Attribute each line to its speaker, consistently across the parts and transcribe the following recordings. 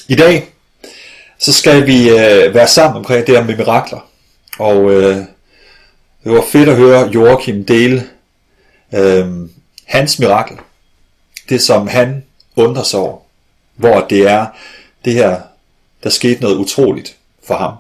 Speaker 1: I dag så skal vi være sammen omkring det her med mirakler. Og det var fedt at høre Joachim dele hans mirakel. Det som han undrer sig over. Hvor det er det her, der skete noget utroligt for ham.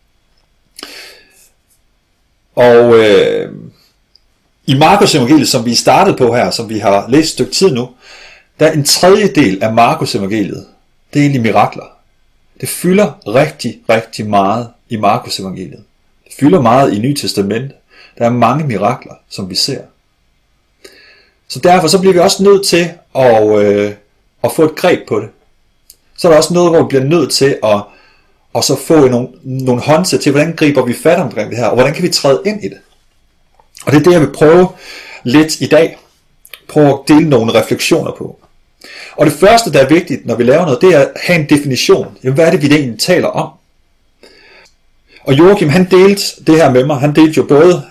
Speaker 1: Og i Markus evangeliet, som vi startede på her, som vi har læst et stykke tid nu, der er en tredjedel af Markus evangeliet. Det er egentlig mirakler. Det fylder rigtig, rigtig meget i Markus evangeliet. Det fylder meget i Nye Testamente. Der er mange mirakler, som vi ser. Så derfor så bliver vi også nødt til at få et greb på det. Så er der også noget, hvor vi bliver nødt til at så få nogle håndtag til, hvordan griber vi fat omkring det her, og hvordan kan vi træde ind i det. Og det er det, jeg vil prøve lidt i dag. Prøve at dele nogle refleksioner på. Og det første, der er vigtigt, når vi laver noget, det er at have en definition. Jamen, hvad er det, vi egentlig taler om? Og Joachim, han delte det her med mig. Han delte jo både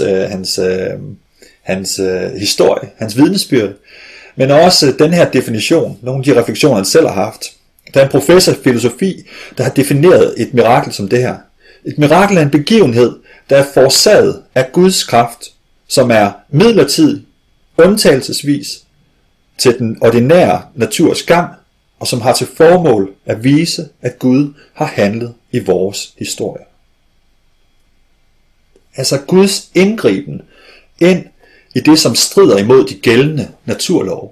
Speaker 1: hans historie, hans vidnesbyrd, men også den her definition, nogle af de refleksioner, han selv har haft. Der er en professor i filosofi, der har defineret et mirakel som det her. Et mirakel er en begivenhed, der er forårsaget af Guds kraft, som er midlertidig, undtagelsesvis, til den ordinære naturs gang, og som har til formål at vise, at Gud har handlet i vores historie. Altså Guds indgriben ind i det, som strider imod de gældende naturlove.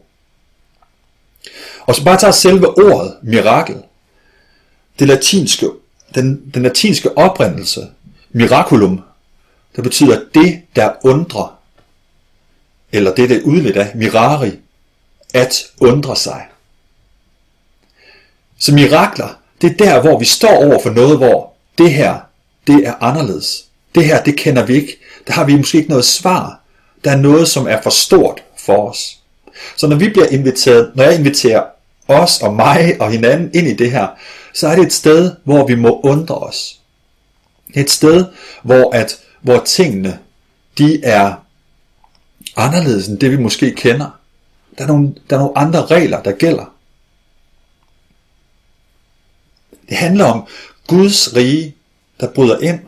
Speaker 1: Og så bare tager selve ordet mirakel, den latinske oprindelse, miraculum, der betyder det, der undrer, eller det, der er udledt af mirari, at undre sig. Så mirakler, det er der, hvor vi står over for noget, hvor det her, det er anderledes. Det her, det kender vi ikke. Der har vi måske ikke noget svar. Der er noget, som er for stort for os. Så når vi bliver inviteret, når jeg inviterer os og mig og hinanden ind i det her, så er det et sted, hvor vi må undre os. Det er et sted, hvor tingene, de er anderledes end det, vi måske kender. Der er nogle andre regler, der gælder. Det handler om Guds rige, der bryder ind.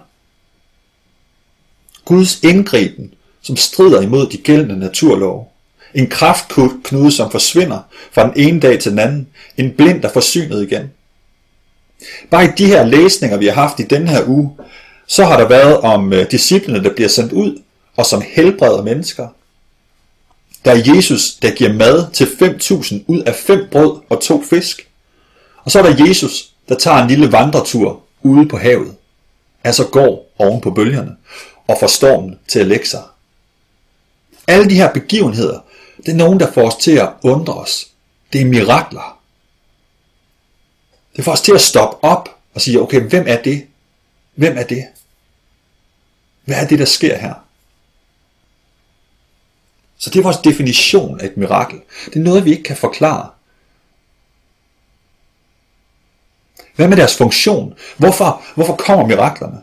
Speaker 1: Guds indgriben, som strider imod de gældende naturlove. En kraftknude, som forsvinder fra den ene dag til den anden. En blind, der får synet igen. Bare i de her læsninger, vi har haft i denne her uge, så har der været om disciplene, der bliver sendt ud, og som helbreder mennesker. Der er Jesus, der giver mad til 5.000 ud af 5 brød og 2 fisk. Og så er der Jesus, der tager en lille vandretur ude på havet. Altså går oven på bølgerne og får stormen til at lægge sig. Alle de her begivenheder, det er nogen, der får os til at undre os. Det er mirakler. Det får os til at stoppe op og sige, okay, hvem er det? Hvem er det? Hvad er det, der sker her? Så det er vores definition af et mirakel. Det er noget, vi ikke kan forklare. Hvad med deres funktion? Hvorfor kommer miraklerne?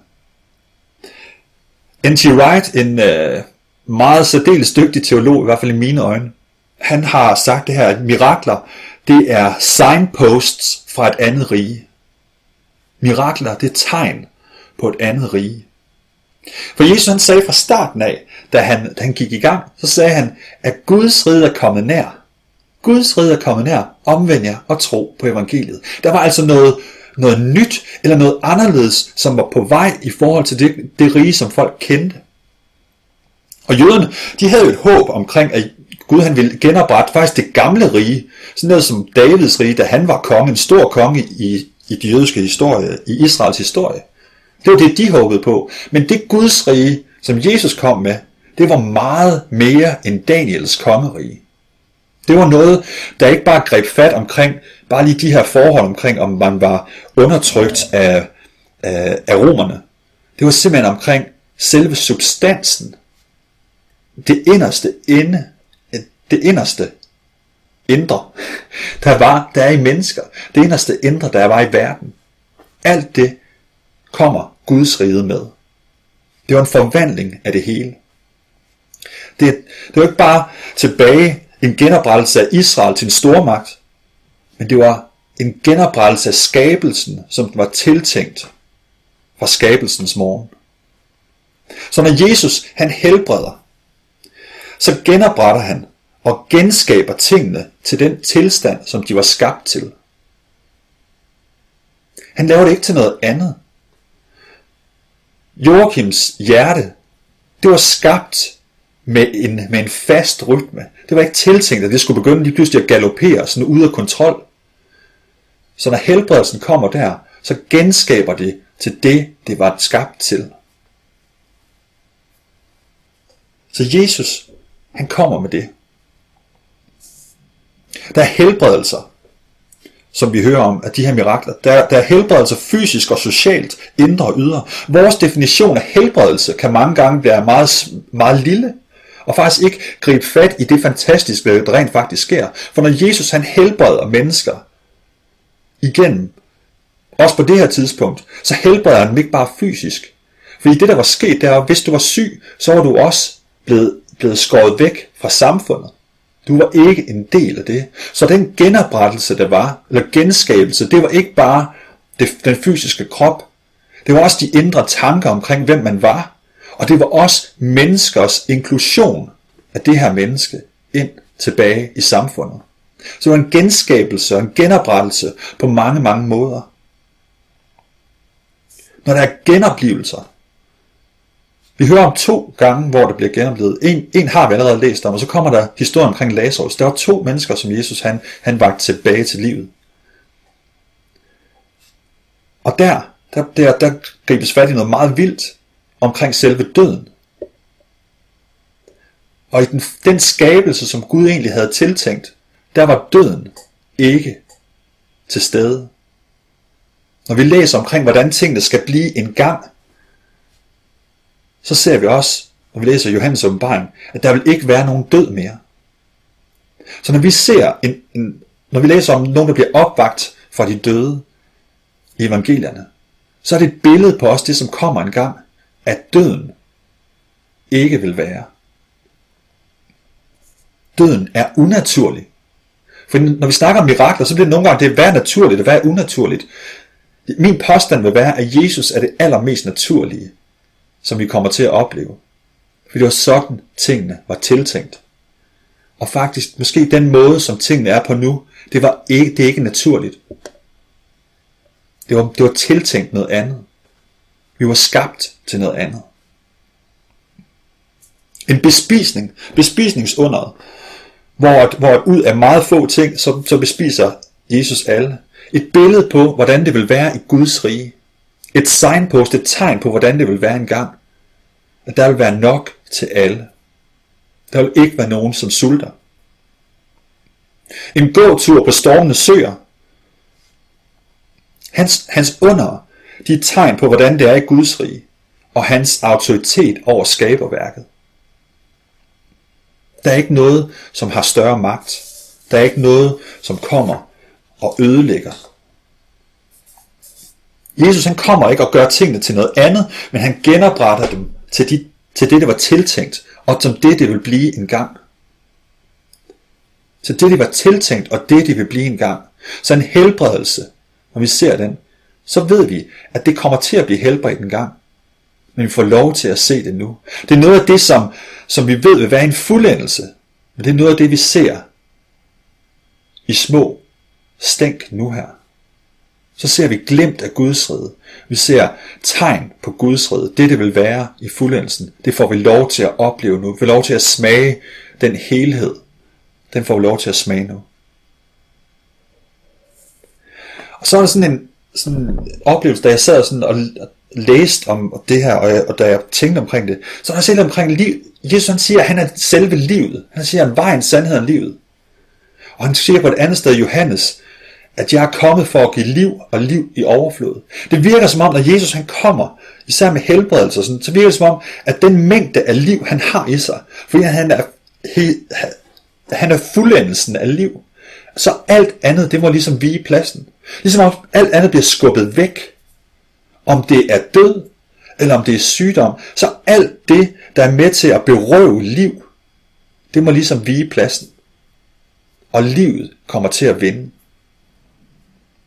Speaker 1: N.T. Wright, en meget særdeles dygtig teolog, i hvert fald i mine øjne, han har sagt det her, at mirakler, det er signposts fra et andet rige. Mirakler, det er tegn på et andet rige. For Jesus han sagde fra starten af, da han gik i gang, så sagde han, at Guds rige er kommet nær. Guds rige er kommet nær, omvend jer og tro på evangeliet. Der var altså noget nyt, eller noget anderledes, som var på vej i forhold til det rige, som folk kendte. Og jøderne, de havde jo et håb omkring, at Gud han ville genoprette faktisk det gamle rige, sådan noget som Davids rige, da han var konge, en stor konge i de jødiske historie, i Israels historie. Det var det, de håbede på. Men det Guds rige, som Jesus kom med, det var meget mere end Daniels kongerige. Det var noget, der ikke bare greb fat omkring, bare lige de her forhold omkring, om man var undertrykt af romerne. Det var simpelthen omkring selve substansen. Det inderste indre, der er i mennesker. Det inderste indre, der var i verden. Alt det kommer Guds rige med. Det var en forvandling af det hele. Det var ikke bare tilbage en genoprettelse af Israel til en stormagt, men det var en genoprettelse af skabelsen, som den var tiltænkt fra skabelsens morgen. Så når Jesus han helbreder, så genopretter han og genskaber tingene til den tilstand, som de var skabt til. Han laver det ikke til noget andet. Joakims hjerte, det var skabt med en fast rytme. Det var ikke tiltænkt, at det skulle begynde lige pludselig at galopere sådan ude af kontrol. Så når helbredelsen kommer der, så genskaber det til det var skabt til. Så Jesus, han kommer med det. Der er helbredelser, som vi hører om, af de her mirakler. Der er helbredelser fysisk og socialt, indre og ydre. Vores definition af helbredelse kan mange gange være meget, meget lille, og faktisk ikke gribe fat i det fantastiske, der rent faktisk sker. For når Jesus han helbreder mennesker igennem, også på det her tidspunkt, så helbreder han dem ikke bare fysisk. Fordi det der var sket, der var, hvis du var syg, så var du også blevet skåret væk fra samfundet. Du var ikke en del af det. Så den genoprettelse, der var, eller genskabelse, det var ikke bare den fysiske krop. Det var også de indre tanker omkring, hvem man var. Og det var også menneskers inklusion af det her menneske ind tilbage i samfundet. Så det var en genskabelse og en genoprettelse på mange, mange måder. Når der er genoplivelser, vi hører om 2 gange, hvor det bliver genoplevet. En har vi allerede læst om, og så kommer der historien omkring Lazarus. Der var 2 mennesker, som Jesus han vagte tilbage til livet. Og der gribes fat i noget meget vildt omkring selve døden. Og i den skabelse, som Gud egentlig havde tiltænkt, der var døden ikke til stede. Når vi læser omkring, hvordan tingene skal blive en gang, så ser vi også, når vi læser Johannes åbenbaring, at der vil ikke være nogen død mere. Så når vi ser når vi læser om nogen, der bliver opvakt fra de døde i evangelierne, så er det et billede på os, det som kommer en gang, at døden ikke vil være. Døden er unaturlig. For når vi snakker om mirakler, så bliver det nogle gange, det er hvad naturligt og hvad er unaturligt. Min påstand vil være, at Jesus er det allermest naturlige, som vi kommer til at opleve. For det var sådan, tingene var tiltænkt. Og faktisk, måske den måde, som tingene er på nu, det er ikke naturligt. Det var tiltænkt noget andet. Vi var skabt til noget andet. En bespisningsunderet, hvor ud af meget få ting, så bespiser Jesus alle. Et billede på, hvordan det vil være i Guds rige. Et signpost, et tegn på, hvordan det vil være engang. At der vil være nok til alle. Der vil ikke være nogen, som sulter. En gåtur på stormende søer. Hans under, de er et tegn på, hvordan det er i Guds rige. Og hans autoritet over skaberværket. Der er ikke noget, som har større magt. Der er ikke noget, som kommer og ødelægger. Jesus han kommer ikke og gør tingene til noget andet, men han genopretter dem til det var tiltænkt, og som det vil blive en gang. Så det var tiltænkt, og det vil blive en gang. Så en helbredelse, når vi ser den, så ved vi, at det kommer til at blive helbredt en gang. Men vi får lov til at se det nu. Det er noget af det, som vi ved vil være en fuldendelse. Men det er noget af det, vi ser i små stænk nu her. Så ser vi glimt af Guds rige. Vi ser tegn på Guds rige. Det vil være i fuldendelsen. Det får vi lov til at opleve nu. Vi får lov til at smage den helhed. Den får vi lov til at smage nu. Og så er der sådan en oplevelse, da jeg sad sådan og læste om det her, og da jeg tænkte omkring det, så er der selv omkring liv. Jesus han siger, at han er selve livet. Han siger, at vejen, sandheden og livet. Og han siger på et andet sted, Johannes, at jeg er kommet for at give liv og liv i overflod. Det virker som om, når Jesus han kommer, især med helbredelse, så virker det som om, at den mængde af liv, han har i sig, fordi han er fuldendelsen af liv, så alt andet, det må ligesom vige pladsen. Ligesom om alt andet bliver skubbet væk. Om det er død, eller om det er sygdom, så alt det, der er med til at berøve liv, det må ligesom vige pladsen. Og livet kommer til at vinde.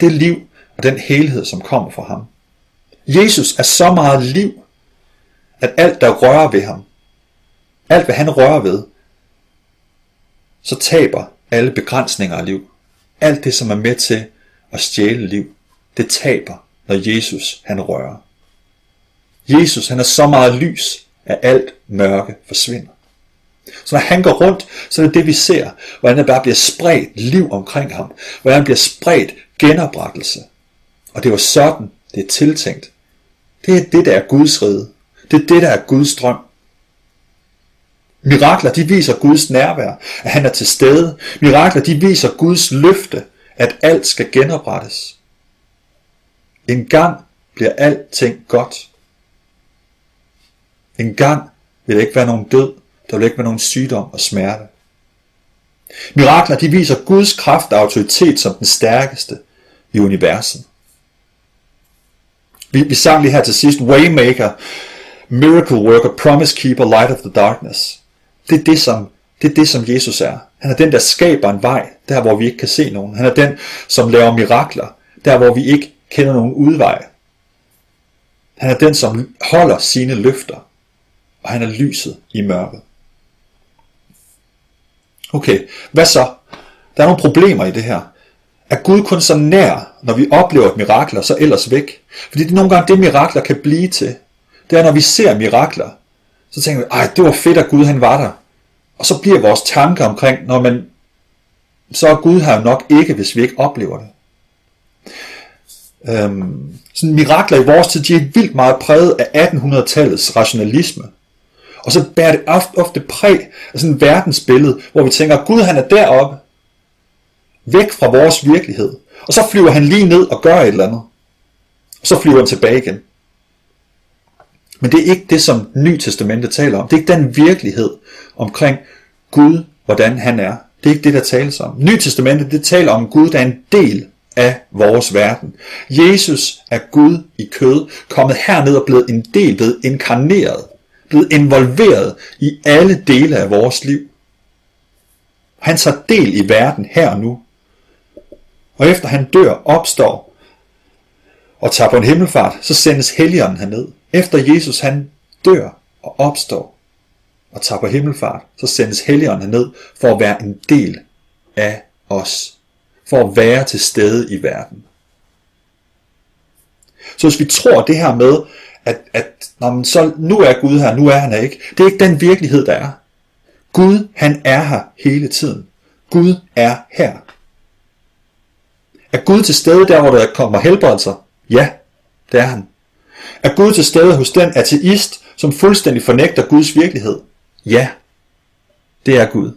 Speaker 1: det liv og den helhed, som kommer fra ham. Jesus er så meget liv, at alt, der rører ved ham, alt hvad han rører ved, så taber alle begrænsninger af liv. Alt det, som er med til at stjæle liv, det taber, når Jesus han rører. Jesus han er så meget lys, at alt mørke forsvinder. Så når han går rundt, så er det det vi ser, hvordan der bare bliver spredt liv omkring ham, hvordan der bliver spredt genoprettelse. Og det var sådan, det er tiltænkt. Det er det, der er Guds rige. Det er det, der er Guds drøm. Mirakler, de viser Guds nærvær, at han er til stede. Mirakler, de viser Guds løfte, at alt skal genoprettes. En gang bliver alting godt. En gang vil der ikke være nogen død, der vil ikke være nogen sygdom og smerte. Mirakler, de viser Guds kraft og autoritet som den stærkeste i universet. Vi sang lige her til sidst, Waymaker, Miracle Worker, Promise Keeper, Light of the Darkness. Det er det, som Jesus er. Han er den, der skaber en vej, der hvor vi ikke kan se nogen. Han er den, som laver mirakler, der hvor vi ikke kender nogen udvej. Han er den, som holder sine løfter, og han er lyset i mørket. Okay, hvad så? Der er nogle problemer i det her. Er Gud kun så nær, når vi oplever et mirakel, og så ellers væk? Fordi det er nogle gange det, mirakler kan blive til. Det er, når vi ser mirakler, så tænker vi, ej, det var fedt, at Gud han var der. Og så bliver vores tanker omkring, så er Gud her nok ikke, hvis vi ikke oplever det. Sådan mirakler i vores tid, de er vildt meget præget af 1800-tallets rationalisme. Og så bærer det ofte præg af sådan et verdensbillede, hvor vi tænker, Gud han er deroppe, væk fra vores virkelighed. Og så flyver han lige ned og gør et eller andet. Og så flyver han tilbage igen. Men det er ikke det, som Nye Testamentet taler om. Det er ikke den virkelighed omkring Gud, hvordan han er. Det er ikke det, der tales om. Nye Testamentet, det taler om Gud, der er en del af vores verden. Jesus er Gud i kød, kommet herned og blevet en del, blevet inkarneret, blevet involveret i alle dele af vores liv. Han tager del i verden her og nu. Og efter han dør, opstår og tager på en himmelfart, så sendes Helligånden herned. Efter Jesus han dør og opstår og tager på himmelfart, så sendes Helligånden herned for at være en del af os. For at være til stede i verden. Så hvis vi tror det her med, at så nu er Gud her, nu er han her ikke. Det er ikke den virkelighed, der er. Gud, han er her hele tiden. Gud er her. Er Gud til stede der, hvor der kommer helbredelser? Ja, det er han. Er Gud til stede hos den ateist, som fuldstændig fornægter Guds virkelighed? Ja, det er Gud.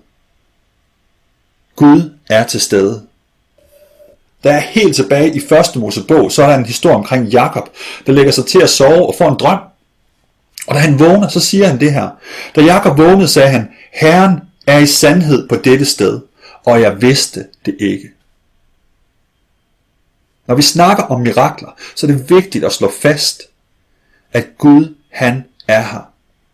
Speaker 1: Gud er til stede. Der er helt tilbage i 1. Mosebog, så er der en historie omkring Jakob, der lægger sig til at sove og får en drøm. Og da han vågner, så siger han det her. Da Jakob vågnede, sagde han, Herren er i sandhed på dette sted, og jeg vidste det ikke. Når vi snakker om mirakler, så er det vigtigt at slå fast, at Gud, han er her.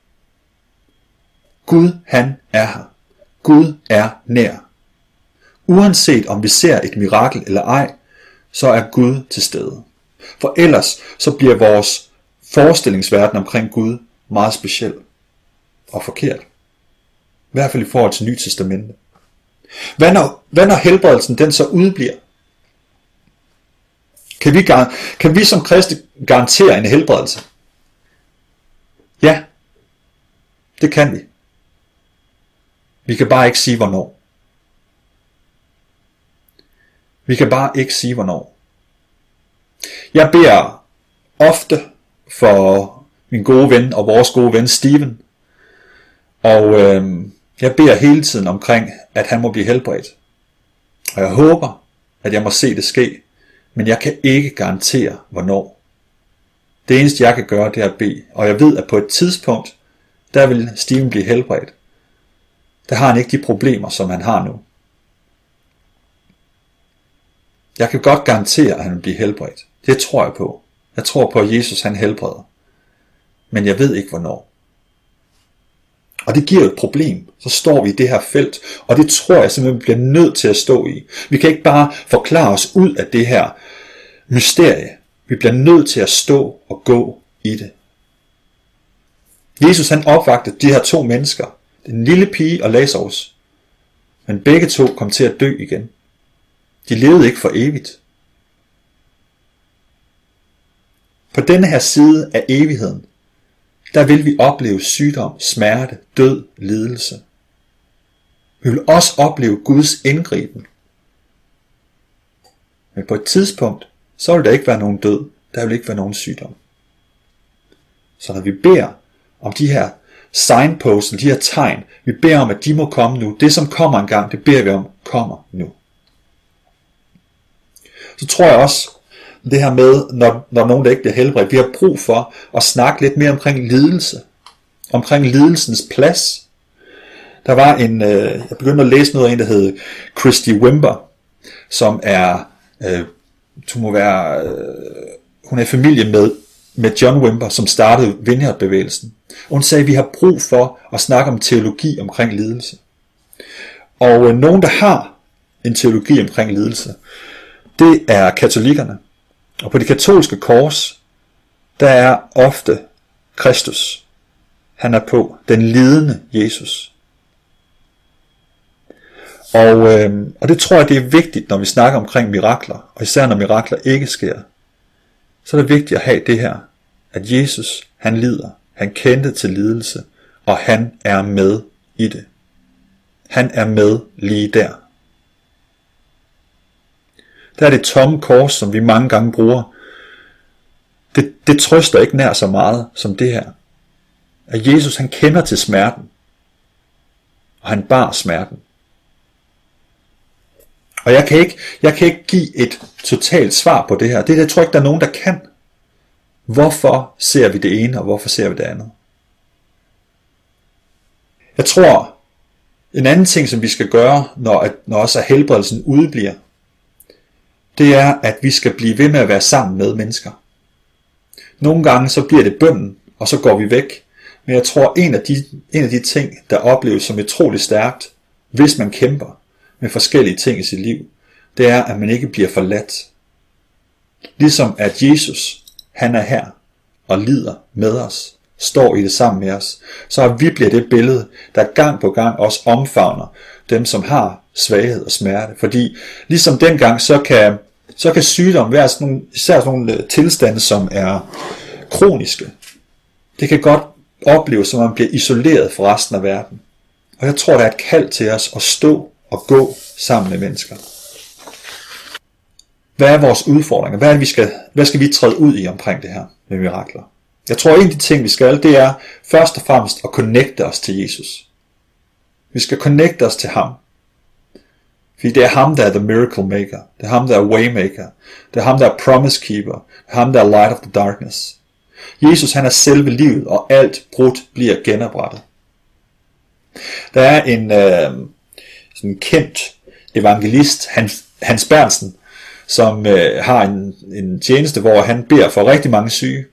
Speaker 1: Gud, han er her. Gud er nær. Uanset om vi ser et mirakel eller ej, så er Gud til stede. For ellers så bliver vores forestillingsverden omkring Gud meget speciel og forkert. I hvert fald i forhold til Nye Testamentet. Hvad når helbredelsen den så udbliver? Kan vi som kristne garantere en helbredelse? Ja, det kan vi. Vi kan bare ikke sige hvornår. Vi kan bare ikke sige hvornår. Jeg beder ofte for min gode ven og vores gode ven Steven. Og jeg beder hele tiden omkring, at han må blive helbredt. Og jeg håber, at jeg må se det ske. Men jeg kan ikke garantere hvornår. Det eneste jeg kan gøre, det er at bede. Og jeg ved, at på et tidspunkt, der vil Steven blive helbredt. Der har han ikke de problemer, som han har nu. Jeg kan godt garantere, at han vil blive helbredt. Det tror jeg på. Jeg tror på, at Jesus han helbreder. Men jeg ved ikke hvornår. Og det giver et problem. Så står vi i det her felt. Og det tror jeg simpelthen bliver nødt til at stå i. Vi kan ikke bare forklare os ud af det her mysterie. Vi bliver nødt til at stå og gå i det. Jesus han opvagtede de her to mennesker, den lille pige og Lazarus, men begge to kom til at dø igen. De levede ikke for evigt. På denne her side af evigheden, der vil vi opleve sygdom, smerte, død, lidelse. Vi vil også opleve Guds indgriben. Men på et tidspunkt, så vil der ikke være nogen død, der vil ikke være nogen sygdom. Så når vi beder om de her signposts, de her tegn, vi beder om, at de må komme nu. Det som kommer engang, det beder vi om, kommer nu. Så tror jeg også, det her med, når nogen der ikke bliver helbredt, vi har brug for at snakke lidt mere omkring lidelse. Omkring lidelsens plads. Der var jeg begyndte at læse noget af en, der hed Christy Wimber, som er, hun er i familie med John Wimber, som startede Vineyard-bevægelsen. Hun sagde, at vi har brug for at snakke om teologi omkring lidelse. Og nogen, der har en teologi omkring lidelse, det er katolikkerne. Og på det katolske kors, der er ofte Kristus. Han er på den lidende Jesus. Og det tror jeg, det er vigtigt, når vi snakker omkring mirakler, og især når mirakler ikke sker. Så er det vigtigt at have det her, at Jesus, han lider, han kendte til lidelse, og han er med i det. Han er med lige der. Der er det tomme kors, som vi mange gange bruger. Det trøster ikke nær så meget som det her. At Jesus, han kender til smerten, og han bar smerten. Og jeg kan ikke give et totalt svar på det her. Det tror jeg ikke, der er nogen, der kan. Hvorfor ser vi det ene, og hvorfor ser vi det andet? Jeg tror, en anden ting, som vi skal gøre, når også helbredelsen udebliver, det er, at vi skal blive ved med at være sammen med mennesker. Nogle gange så bliver det bønnen, og så går vi væk. Men jeg tror, en af de ting, der opleves som utrolig stærkt, hvis man kæmper med forskellige ting i sit liv, det er, at man ikke bliver forladt. Ligesom at Jesus, han er her og lider med os, står i det sammen med os, så vi bliver det billede, der gang på gang også omfavner dem, som har svaghed og smerte. Fordi ligesom dengang, så kan sygdom være især sådan nogle tilstande, som er kroniske. Det kan godt opleves, som man bliver isoleret fra resten af verden. Og jeg tror, der er et kald til os at stå og gå sammen med mennesker. Hvad er vores udfordringer? Hvad skal vi træde ud i omkring det her med mirakler? Jeg tror, en af de ting, vi skal, det er først og fremmest at connecte os til Jesus. Vi skal connecte os til ham. Fordi det er ham, der er the miracle maker. Det er ham, der er waymaker. Det er ham, der er promise keeper. Det er ham, der er light of the darkness. Jesus, han er selve livet, og alt brudt bliver genoprettet. Der er en sådan kendt evangelist, Hans Berntsen, som har en tjeneste, hvor han beder for rigtig mange syge.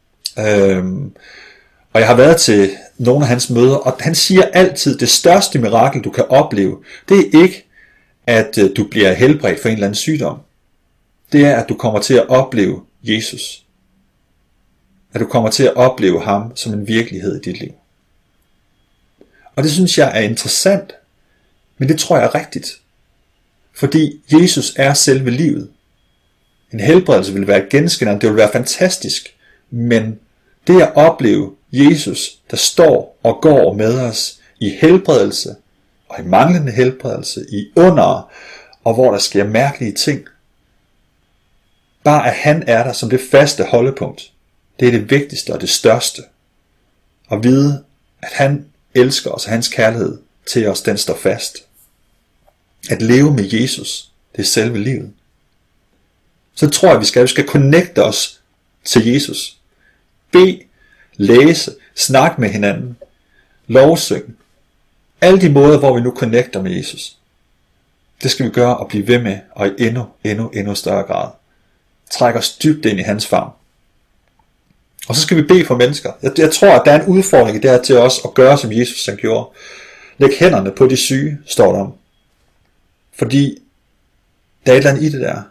Speaker 1: Og jeg har været til nogle af hans møder, og han siger altid, det største mirakel, du kan opleve, det er ikke, at du bliver helbredt for en eller anden sygdom. Det er, at du kommer til at opleve Jesus. At du kommer til at opleve ham som en virkelighed i dit liv. Og det synes jeg er interessant, men det tror jeg er rigtigt. Fordi Jesus er selve livet. En helbredelse vil være genskændende, det vil være fantastisk, men det at opleve Jesus, der står og går med os i helbredelse, og i manglende helbredelse, i under, og hvor der sker mærkelige ting. Bare at han er der som det faste holdepunkt, det er det vigtigste og det største. At vide, at han elsker os, og hans kærlighed til os, den står fast. At leve med Jesus, det er selve livet. Så tror jeg, vi skal connecte os til Jesus. Bed, læse, snak med hinanden, lovsynge. Alle de måder, hvor vi nu connecter med Jesus. Det skal vi gøre og blive ved med, og i endnu større grad. Træk os dybt ind i hans favn. Og så skal vi bede for mennesker. Jeg tror, at der er en udfordring i det her til os at gøre, som Jesus han gjorde. Læg hænderne på de syge, står der om. Fordi der er et eller andet i det der.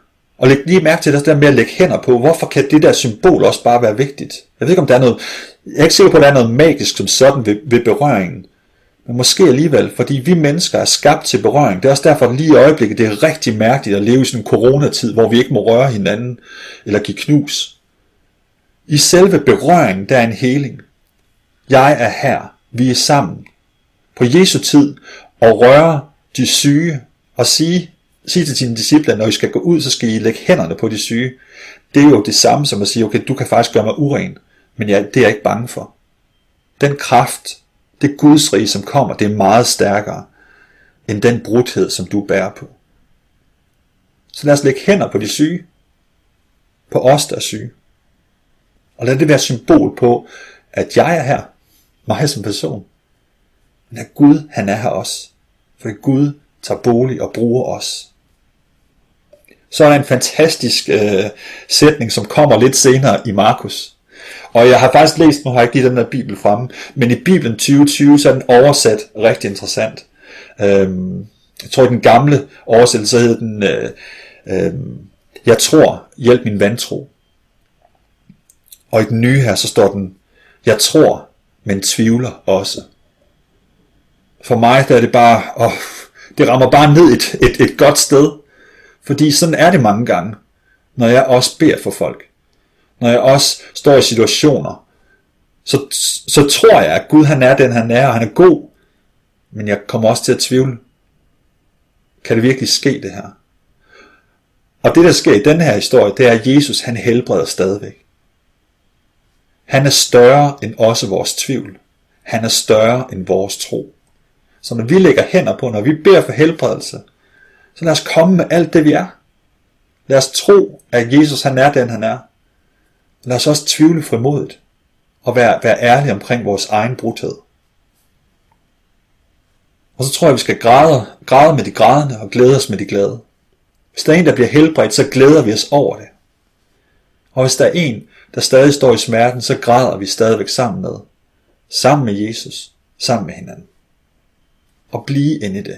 Speaker 1: Og læg lige mærke til det der med at lægge hænder på. Hvorfor kan det der symbol også bare være vigtigt? Jeg ved ikke, om der er noget... Jeg er ikke sikker på, at der er noget magisk som sådan ved berøringen. Men måske alligevel, fordi vi mennesker er skabt til berøring. Det er også derfor, at lige i øjeblikket, det er rigtig mærkeligt at leve i sådan en coronatid, hvor vi ikke må røre hinanden eller give knus. I selve berøringen, der er en heling. Jeg er her. Vi er sammen. På Jesu tid at røre de syge og sige til dine disciple, når I skal gå ud, så skal I lægge hænderne på de syge. Det er jo det samme som at sige, okay, du kan faktisk gøre mig uren, men det er jeg ikke bange for. Den kraft, det Guds rige, som kommer, det er meget stærkere end den brudhed, som du bærer på. Så lad os lægge hænder på de syge, på os, der er syge. Og lad det være symbol på, at jeg er her, mig som person, men at Gud, han er her også. For Gud tager bolig og bruger os. Så er der en fantastisk sætning, som kommer lidt senere i Markus. Og jeg har faktisk læst, nu har jeg ikke lige den der bibel fremme, men i Bibelen 2020, så er den oversat rigtig interessant. Jeg tror, i den gamle oversættelse hed den, jeg tror, hjælp min vantro. Og i den nye her, så står den, jeg tror, men tvivler også. For mig, der er det bare, det rammer bare ned et godt sted. Fordi sådan er det mange gange, når jeg også beder for folk. Når jeg også står i situationer, så tror jeg, at Gud han er den han er, og han er god. Men jeg kommer også til at tvivle. Kan det virkelig ske det her? Og det der sker i den her historie, det er, at Jesus han helbreder stadigvæk. Han er større end også vores tvivl. Han er større end vores tro. Så når vi lægger hænder på, når vi beder for helbredelse, så lad os komme med alt det vi er. Lad os tro, at Jesus han er den han er. Lad os også tvivle frimodigt og være ærlige omkring vores egen brudhed. Og så tror jeg, vi skal græde med de grædende og glæde os med de glade. Hvis der er en, der bliver helbredt, så glæder vi os over det. Og hvis der er en, der stadig står i smerten, så græder vi stadigvæk sammen med. Sammen med Jesus, sammen med hinanden. Og blive inde i det.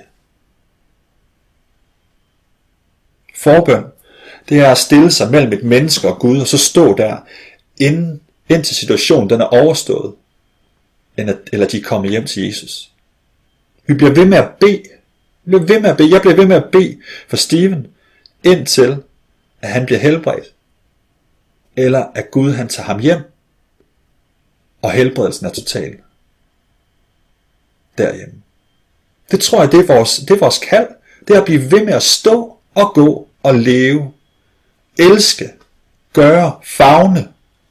Speaker 1: Forbøn, det er at stille sig mellem et menneske og Gud, og så stå der, indtil situationen den er overstået, eller de er kommet hjem til Jesus. Vi bliver ved med at bede. Jeg bliver ved med at bede for Steven, indtil at han bliver helbredt, eller at Gud han tager ham hjem, og helbredelsen er total. Derhjemme. Det tror jeg, det er vores kald. Det er at blive ved med at stå og gå og leve. Elske. Gøre. Favne.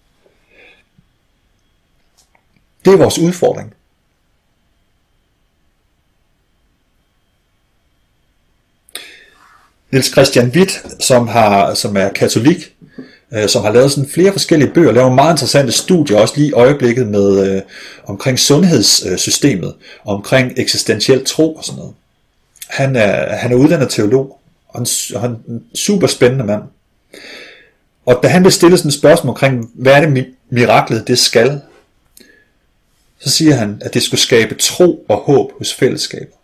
Speaker 1: Det er vores udfordring. Niels Christian Hvidt, som er katolik, som har lavet sådan flere forskellige bøger, laver meget interessante studier, også lige i øjeblikket med omkring sundhedssystemet, omkring eksistentiel tro og sådan noget. Han er uddannet teolog, og han er en super spændende mand. Og da han vil stille sådan et spørgsmål omkring, hvad er det miraklet det skal, så siger han, at det skulle skabe tro og håb hos fællesskaber.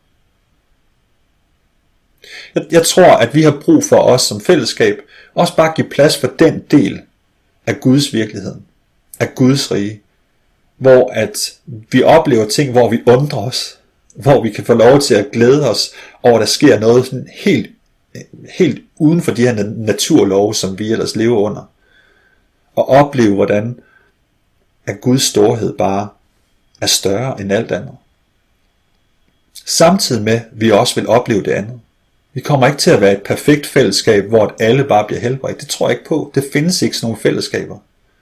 Speaker 1: Jeg tror, at vi har brug for os som fællesskab, også bare give plads for den del af Guds virkelighed, af Guds rige, hvor at vi oplever ting, hvor vi undrer os, hvor vi kan få lov til at glæde os over, at der sker noget sådan helt uden for de her naturlove, som vi ellers lever under, og opleve, hvordan at Guds storhed bare er større end alt andet. Samtidig med, at vi også vil opleve det andet. Vi kommer ikke til at være et perfekt fællesskab, hvor alle bare bliver helbredt. Det tror jeg ikke på. Det findes ikke sådan nogle fællesskaber.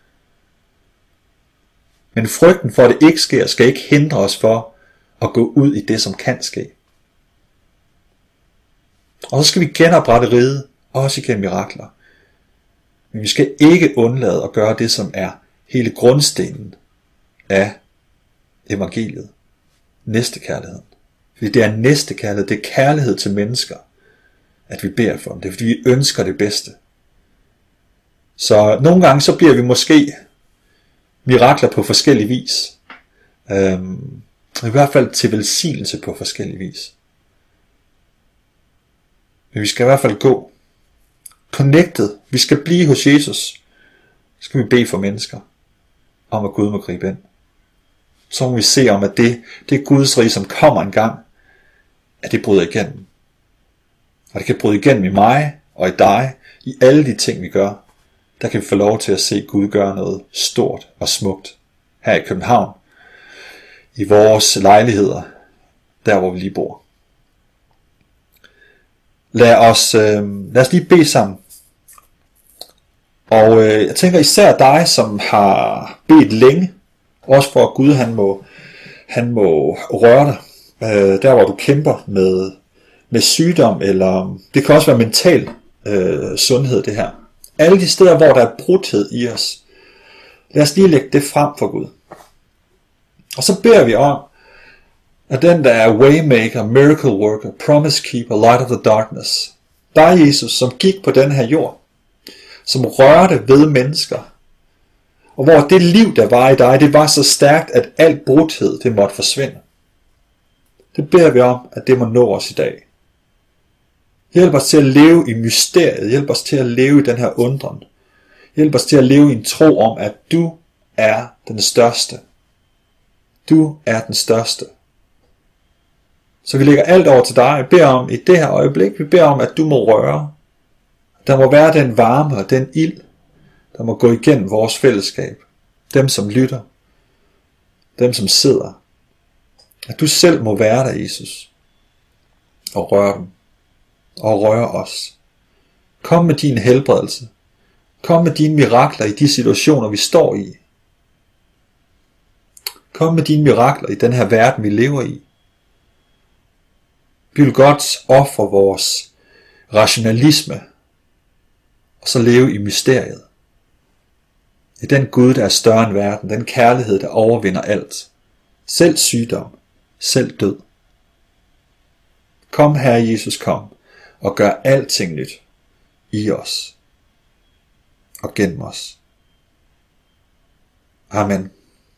Speaker 1: Men frygten for, at det ikke sker, skal ikke hindre os for at gå ud i det, som kan ske. Og så skal vi genoprette riget, også igennem mirakler. Men vi skal ikke undlade at gøre det, som er hele grundstenen af evangeliet. Næstekærligheden. Fordi det er næstekærlighed, det er kærlighed til mennesker, at vi beder for dem. Det er fordi vi ønsker det bedste. Så nogle gange så bliver vi måske mirakler på forskellige vis. I hvert fald til velsignelse på forskellige vis. Men vi skal i hvert fald gå connected, vi skal blive hos Jesus, så skal vi bede for mennesker, om at Gud må gribe ind. Så må vi se om, at det Guds rige, som kommer en gang, at det bryder igennem. Og det kan bryde igennem i mig og i dig, i alle de ting vi gør. Der kan vi få lov til at se Gud gøre noget stort og smukt her i København, i vores lejligheder, der hvor vi lige bor. Lad os lige bede sammen. Og jeg tænker især dig, som har bedt længe, også for at Gud han må røre dig, der hvor du kæmper med sygdom, eller det kan også være mental sundhed det her. Alle de steder, hvor der er brudhed i os, lad os lige lægge det frem for Gud. Og så beder vi om, at den der er waymaker, miracle worker, promise keeper, light of the darkness, dig Jesus, som gik på den her jord, som rørte ved mennesker, og hvor det liv der var i dig, det var så stærkt, at al brudhed det måtte forsvinde. Det beder vi om, at det må nå os i dag. Hjælp os til at leve i mysteriet, hjælp os til at leve i den her undren, hjælp os til at leve i en tro om, at du er den største. Du er den største. Så vi lægger alt over til dig. Vi beder om i det her øjeblik, vi beder om, at du må røre. Der må være den varme og den ild, der må gå igennem vores fællesskab. Dem som lytter, dem som sidder. At du selv må være der, Jesus, og røre dem, og røre os. Kom med din helbredelse. Kom med dine mirakler i de situationer, vi står i. Kom med dine mirakler i den her verden, vi lever i. Vi vil godt ofre vores rationalisme, og så leve i mysteriet. I den Gud, der er større end verden, den kærlighed, der overvinder alt. Selv sygdom, selv død. Kom, Herre Jesus, kom, og gør alting nyt i os og gennem os. Amen.